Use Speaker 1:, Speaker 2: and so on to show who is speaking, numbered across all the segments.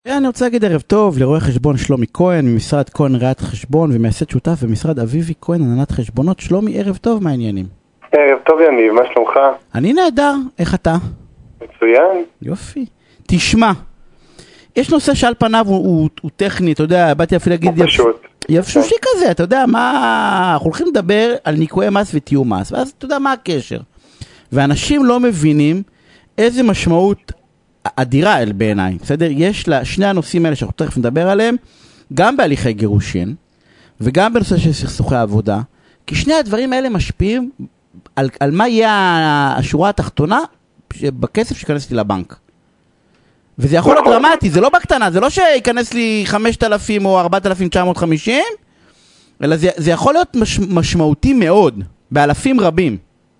Speaker 1: אני רוצה להגיד ערב טוב לרואה חשבון שלומי כהן ממשרד כהן ראיית חשבון ומייסד שותף במשרד אביבי כהן הנהלת חשבונות. שלומי, ערב טוב, מה העניינים?
Speaker 2: ערב טוב יניב, מה שלומך?
Speaker 1: אני נהדר, איך אתה?
Speaker 2: מצוין.
Speaker 1: יופי. תשמע, יש נושא שעל פניו הוא טכני, אתה יודע, באתי אפילו להגיד יפשושי כזה, אתה יודע מה, אנחנו הולכים לדבר על ניקויי מס ותיאום מס, ואז אתה יודע מה הקשר. ואנשים לא מבינים איזה משמעות אדירה בעיניי, בסדר? יש לה שני הנושאים האלה שאנחנו תכף נדבר עליהם, גם בהליכי גירושין, וגם בנושא של סכסוכי עבודה, כי שני הדברים האלה משפיעים על מה יהיה השורה התחתונה בכסף שיכנס לי לבנק. וזה יכול להיות דרמטי, זה לא בקטנה, זה לא שיכנס לי 5,000 או 4,950, אלא זה יכול להיות משמעותי מאוד, באלפים רבים.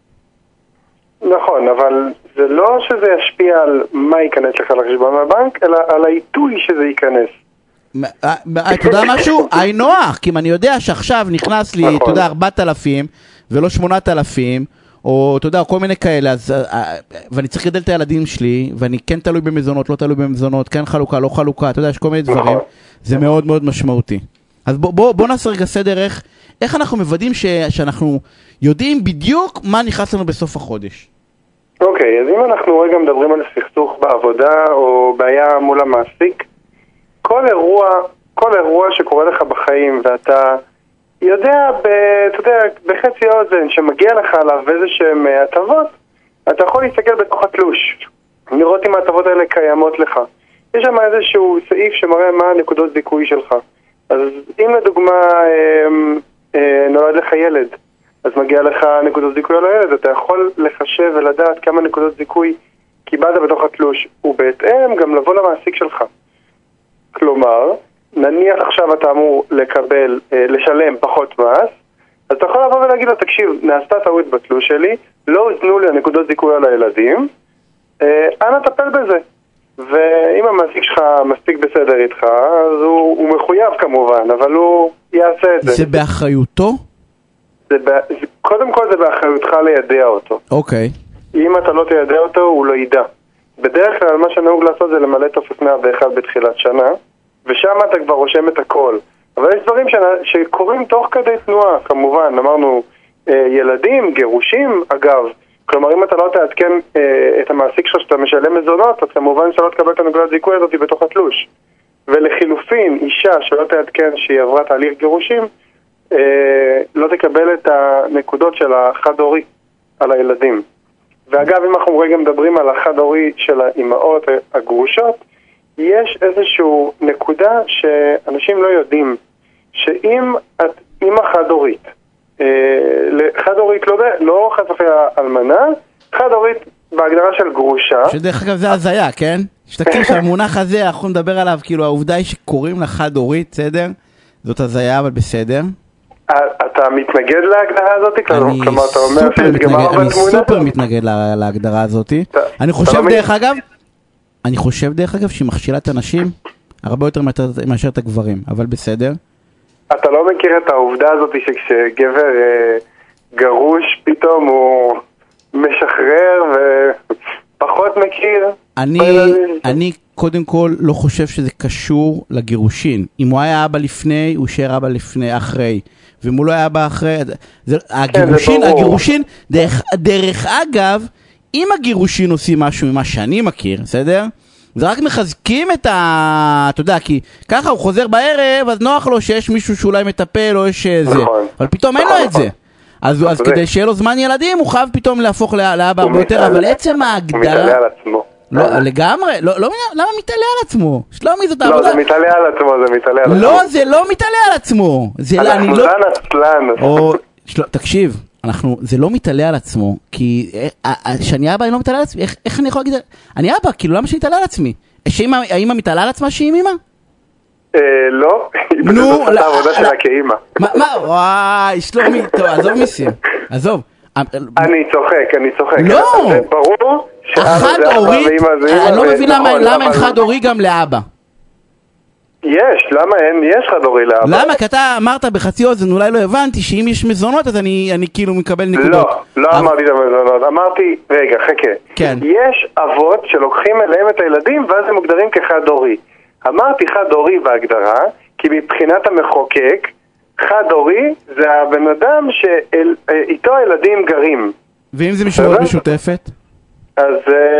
Speaker 2: נכון, אבל זה לא שזה ישפיע על מה ייכנס לך לחשבון מהבנק, אלא על העיתוי שזה ייכנס.
Speaker 1: אתה יודע משהו? נוח, כי אם אני יודע שעכשיו נכנס לי, אתה יודע, 4,000 ולא 8,000, או אתה יודע, כל מיני כאלה, ואני צריך לגדל את הילדים שלי, ואני כן תלוי במזונות, לא תלוי במזונות, כן חלוקה, לא חלוקה, אתה יודע, יש כל מיני דברים, זה מאוד מאוד משמעותי. אז בוא נעשה רגע סדר איך אנחנו מוודאים שאנחנו יודעים בדיוק מה נכנס לנו בסוף החודש.
Speaker 2: אוקיי, אז אם אנחנו רגע מדברים על סכסוך בעבודה או בעיה מול המעסיק, כל אירוע שקורה לך בחיים ואתה יודע, אתה יודע, בחצי אוזן שמגיע לך עליו איזשהם הטבות, אתה יכול להסתכל בתוך התלוש, לראות אם ההטבות האלה קיימות לך. יש שם איזשהו סעיף שמראה מה הנקודות זיכוי שלך. אז אם לדוגמה נולד לך ילד, אז מגיע לך נקודות זיכוי על הילד, אתה יכול לחשב ולדעת כמה נקודות זיכוי קיבלת בתוך התלוש, ובהתאם גם לבוא למעסיק שלך. כלומר, נניח עכשיו אתה אמור לשלם פחות מס, אז אתה יכול לבוא ולהגיד לו, תקשיב, נעשתה טעות בתלוש שלי, לא הוזנו לי הנקודות זיכוי על הילדים, אנא טפל בזה. ואם המעסיק שלך מספיק בסדר איתך, אז הוא מחויב כמובן, אבל הוא יעשה את זה.
Speaker 1: זה באחריותו?
Speaker 2: קודם כל זה באחריותך לידע אותו.
Speaker 1: אוקיי.
Speaker 2: אם אתה לא תידע אותו, הוא לא ידע. בדרך כלל מה שנהוג לעשות זה למלא טופס 101 בתחילת שנה, ושם אתה כבר רושם את הכל. אבל יש דברים שקורים תוך כדי תנועה, כמובן. אמרנו, ילדים, גירושים, אגב. כלומר, אם אתה לא תעדכן את המעסיק שלך שאתה משלם מזונות, אז כמובן שלא תקבל את הנקודת זיכוי הזאת בתוך התלוש. ולחילופין, אישה שלא תעדכן שהיא עברה תהליך גירושים, לא תקבל את הנקודות של החד-הורי על הילדים. ואגב, אם אנחנו רגע מדברים על החד-הורי של האימהות הגרושות, יש איזשהו נקודה שאנשים לא יודעים, שאם את אימא חד-הורית, חד-הורית לא חס וחלילה אלמנה, חד-הורית בהגדרה של גרושה.
Speaker 1: שדרך אגב זה הזיה, כן? שתכיר שהמונח הזה, אנחנו נדבר עליו, כאילו העובדה היא שקוראים לה חד-הורית, בסדר? זאת הזיה, אבל בסדר.
Speaker 2: אתה מתנגד להגדרה הזאת? כלומר, אתה אומר שיש גם ארבע תמונה?
Speaker 1: אני סופר מתנגד להגדרה הזאת. אני חושב דרך אגב שהיא מכשילה את הנשים הרבה יותר מאשר את הגברים, אבל בסדר. אתה
Speaker 2: לא מכיר את העובדה הזאת שכשגבר גרוש פתאום הוא משחרר ופחות מכיר?
Speaker 1: אני קודם כל לא חושב שזה קשור לגירושין. אם הוא היה אבא לפני, הוא יישאר אבא אחרי. ואם הוא לא היה אבא אחרי, הגירושין, דרך אגב, אם הגירושין עושים משהו ממה שאני מכיר, בסדר? זה רק מחזקים את אתה יודע, כי ככה הוא חוזר בערב, אז נוח לו שיש מישהו שאולי מטפל או יש זה. אבל פתאום אין לו את זה. אז כדי שיהיה לו זמן ילדים, הוא חייב פתאום להפוך לאבא הרבה יותר, אבל עצם ההגדרה... הוא מתעלה על עצמו. לא, לגמרי, למה מתעלה על עצמו? שלומי, זאת העבודה...
Speaker 2: לא, זה מתעלה על עצמו, זה מתעלה על עצמו.
Speaker 1: לא, זה לא מתעלה על עצמו.
Speaker 2: אנחנו זן עצלן.
Speaker 1: תקשיב, זה לא מתעלה על עצמו, כי שאני אבא, אני לא מתעלה על עצמי. איך אני יכול להגיד? אני אבא, כאילו, למה שאני מתעלה על עצמי? האמא מתעלה על עצמה שהיא אימא?
Speaker 2: לא, היא פשוט עושה את העבודה שלה כאימא.
Speaker 1: מה? וואי, שלומי, טוב, עזוב מיסים, עזוב.
Speaker 2: אני צוחק.
Speaker 1: לא!
Speaker 2: זה ברור
Speaker 1: שאבא הורית, אני לא מבין למה אין חד הורי גם לאבא.
Speaker 2: למה אין? יש חד הורי לאבא.
Speaker 1: למה? כי אתה אמרת בחצי אוזן, אולי לא הבנתי שאם יש מזונות אז אני כאילו מקבל נקודות.
Speaker 2: לא אמרתי את המזונות, אמרתי, רגע, חכה.
Speaker 1: כן.
Speaker 2: יש אבות שלוקחים אליהם את הילדים ואז הם מוגדרים כחד הורי. אמרתי חד-הורי בהגדרה, כי מבחינת המחוקק, חד-הורי זה הבן אדם שאיתו הילדים גרים.
Speaker 1: ואם זה משמורת משותפת?
Speaker 2: אז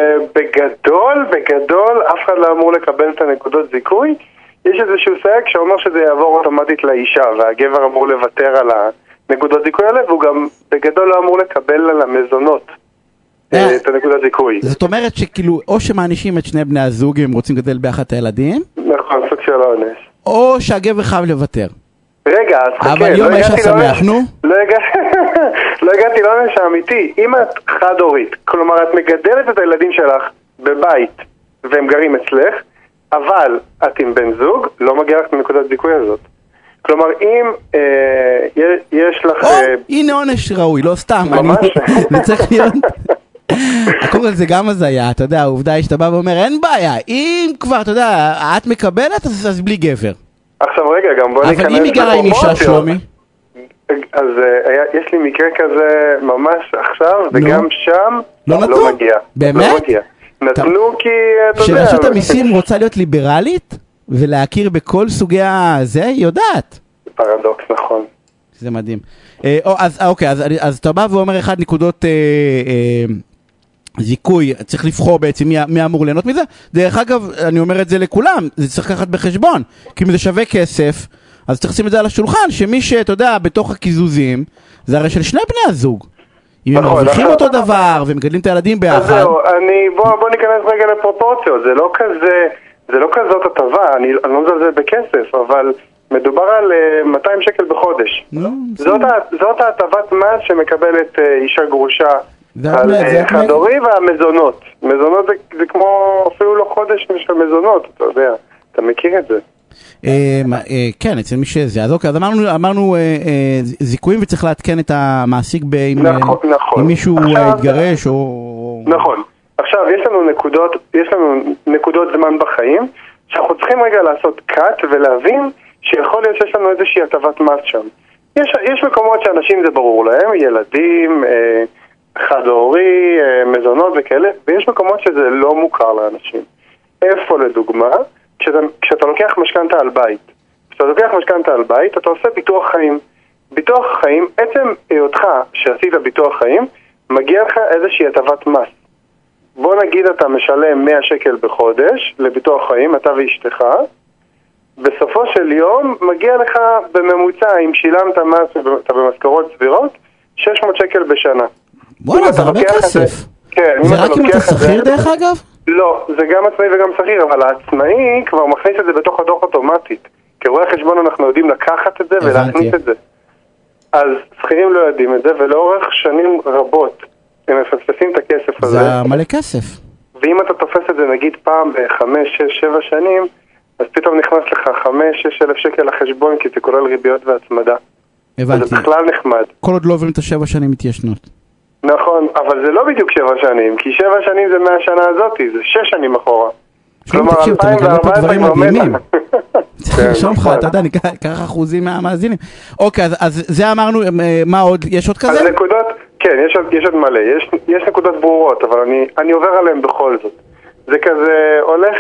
Speaker 2: בגדול, אף אחד לא אמור לקבל את הנקודות זיכוי. יש איזשהו סייג שאומר שזה יעבור אוטומטית לאישה, והגבר אמור לוותר על הנקודות זיכוי האלה, והוא גם בגדול לא אמור לקבל על המזונות את הנקודות זיכוי.
Speaker 1: זאת אומרת שכאילו, או שמענישים את שני בני הזוג אם הם רוצים לגדל ביחד את הילדים,
Speaker 2: נכון, סוג של עונש.
Speaker 1: או שהגבר חייב לוותר.
Speaker 2: רגע, אז חכה.
Speaker 1: אבל יום האישה שמח, נו?
Speaker 2: לא הגעתי לעונש האמיתי. אם את חד-הורית, כלומר את מגדלת את הילדים שלך בבית והם גרים אצלך, אבל את עם בן זוג, לא מגיע לך מנקודת זיכוי הזאת. כלומר, אם יש לך...
Speaker 1: הנה עונש ראוי, לא סתם.
Speaker 2: ממש.
Speaker 1: זה צריך להיות... קודם כל זה גם הזיה, אתה יודע, העובדה היא שאתה בא ואומר, אין בעיה, אם כבר, אתה יודע, את מקבלת, אז בלי גבר.
Speaker 2: עכשיו רגע, גם בוא ניכנס...
Speaker 1: אבל אם היא גרה עם אישה, שלומי?
Speaker 2: אז יש לי מקרה כזה ממש עכשיו, וגם שם לא מגיע.
Speaker 1: באמת?
Speaker 2: נתנו כי, אתה יודע...
Speaker 1: שרשות המיסים רוצה להיות ליברלית, ולהכיר בכל סוגי הזה, היא יודעת.
Speaker 2: פרדוקס, נכון.
Speaker 1: זה מדהים. אוקיי, אז אתה בא ואומר אחד נקודות זיכוי, צריך לבחור בעצם מי אמור ליהנות מזה. דרך אגב, אני אומר את זה לכולם, זה צריך לקחת בחשבון, כי אם זה שווה כסף, אז צריך לשים את זה על השולחן, שמי שאתה יודע, בתוך הכיזוזים, זה הרי של שני בני הזוג. אם הם מרוויחים אותו דבר, ומגדלים את הילדים ביחד.
Speaker 2: זהו, בוא ניכנס רגע לפרופורציות, זה לא כזאת הטבה, אני לא מזלזל בכסף, אבל מדובר על 200 שקל בחודש. זאת ההטבת מס שמקבלת אישה גרושה על חד-הורי והמזונות. מזונות זה כמו אפילו לא חודש של מזונות, אתה יודע, אתה מכיר את זה.
Speaker 1: כן, אצל מי שזה. אז אוקיי, אז אמרנו זיכויים וצריך להתקן את המעסיק אם מישהו יתגרש או...
Speaker 2: נכון. עכשיו, יש לנו נקודות זמן בחיים שאנחנו צריכים רגע לעשות קאט ולהבין שיכול להיות שיש לנו איזושהי הטבת מס שם. יש מקומות שאנשים זה ברור להם, ילדים, חד-הורי, מזונות וכאלה, ויש מקומות שזה לא מוכר לאנשים. איפה לדוגמה? כשאתה לוקח משכנתה על בית. כשאתה לוקח משכנתה על בית, אתה עושה ביטוח חיים. ביטוח חיים, עצם היותך שעשית ביטוח חיים, מגיע לך איזושהי הטבת מס. בוא נגיד אתה משלם 100 שקל בחודש לביטוח חיים, אתה ואשתך, בסופו של יום מגיע לך בממוצע, אם שילמת מס אתה במשכורות סבירות, 600 שקל בשנה.
Speaker 1: וואלה, זה הרבה כסף.
Speaker 2: כן,
Speaker 1: זה רק אם אתה שכיר דרך אגב?
Speaker 2: לא, זה גם עצמאי וגם שכיר, אבל העצמאי כבר מכניס את זה בתוך הדוח אוטומטית. כרואי חשבון אנחנו יודעים לקחת את זה ולהכניס את זה. אז שכירים לא יודעים את זה, ולאורך שנים רבות הם מפספסים את הכסף הזה.
Speaker 1: זה מלא כסף.
Speaker 2: ואם אתה תופס את זה נגיד פעם ב5, 6, 7 שנים, אז פתאום נכנס לך 5-6 אלף שקל לחשבון, כי זה כולל ריביות והצמדה.
Speaker 1: הבנתי.
Speaker 2: זה בכלל נחמד.
Speaker 1: כל עוד לא עוברים את 7 שנים התיישנות.
Speaker 2: נכון, אבל זה לא בדיוק 7 שנים, כי 7 שנים זה מהשנה הזאת, זה 6 שנים אחורה.
Speaker 1: כלומר, 2014 כבר מדהימים. תרשום לך, אתה יודע, אני אקח אחוזים מהמאזינים. אוקיי, אז זה אמרנו, מה עוד? יש עוד כזה?
Speaker 2: אז נקודות, כן, יש עוד מלא. יש נקודות ברורות, אבל אני עובר עליהן בכל זאת. זה כזה הולך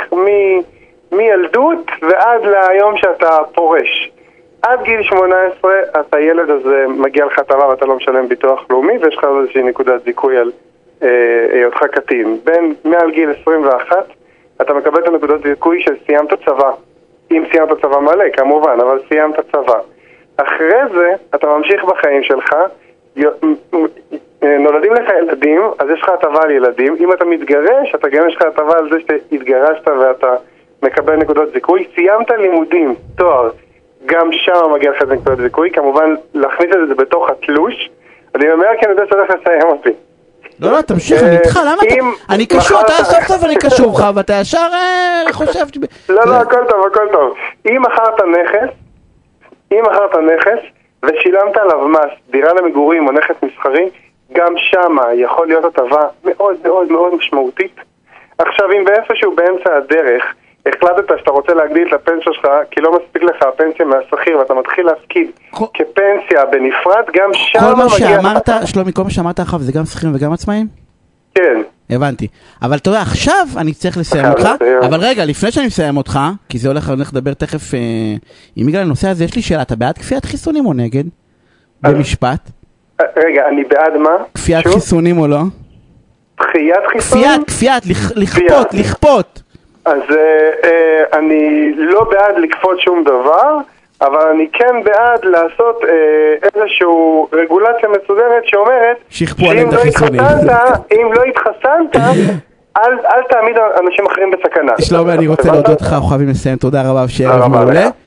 Speaker 2: מילדות ועד להיום שאתה פורש. עד גיל 18, אתה ילד הזה מגיע לך הטבה ואתה לא משלם ביטוח לאומי, ויש לך איזושהי נקודת זיכוי על היותך קטין. מעל גיל 21, אתה מקבל את הנקודות זיכוי של סיימת צבא. אם סיימת צבא מלא, כמובן, אבל סיימת צבא. אחרי זה, אתה ממשיך בחיים שלך, נולדים לך ילדים, אז יש לך הטבה על ילדים. אם אתה מתגרש, אתה גם יש לך הטבה על זה שהתגרשת ואתה מקבל נקודות זיכוי. סיימת לימודים, תואר. גם שם מגיע לך את נקודות זיכוי, כמובן להכניס את זה בתוך התלוש. אני אומר כי אני יודע שצריך לסיים אותי.
Speaker 1: לא, תמשיך, אני איתך, למה אתה? אני קשור, אתה סוף סוף אני קשור לך, ואתה ישר חושב...
Speaker 2: לא, הכל טוב. אם מכרת נכס ושילמת עליו מס, דירה למגורים או נכס מסחרי, גם שם יכול להיות הטבה מאוד מאוד מאוד משמעותית. עכשיו, אם באיפשהו באמצע הדרך החלטת שאתה רוצה להגדיל את הפנסיה שלך, כי לא מספיק לך הפנסיה מהשכיר, ואתה מתחיל להפקיד כפנסיה בנפרד, גם שם
Speaker 1: כל מה שאמרת, שלומי, כל מה שאמרת אחריו, זה גם שכירים וגם עצמאים?
Speaker 2: כן.
Speaker 1: הבנתי. אבל אתה יודע, עכשיו אני צריך לסיים אותך, אבל רגע, לפני שאני מסיים אותך, כי זה הולך לדבר תכף עם יגאל לנושא הזה, יש לי שאלה, אתה בעד כפיית חיסונים או נגד? במשפט.
Speaker 2: רגע, אני בעד מה?
Speaker 1: כפיית חיסונים או לא?
Speaker 2: דחיית חיסונים?
Speaker 1: כפיית, לכפות.
Speaker 2: אז אני לא בעד לכפות שום דבר, אבל אני כן בעד לעשות איזשהו רגולציה מסודרת שאומרת שאם לא התחסנת, אל תעמיד אנשים אחרים בסכנה.
Speaker 1: שלומי, אני רוצה להודות לך, אנחנו חייבים לסיים, תודה רבה, שערב מעולה.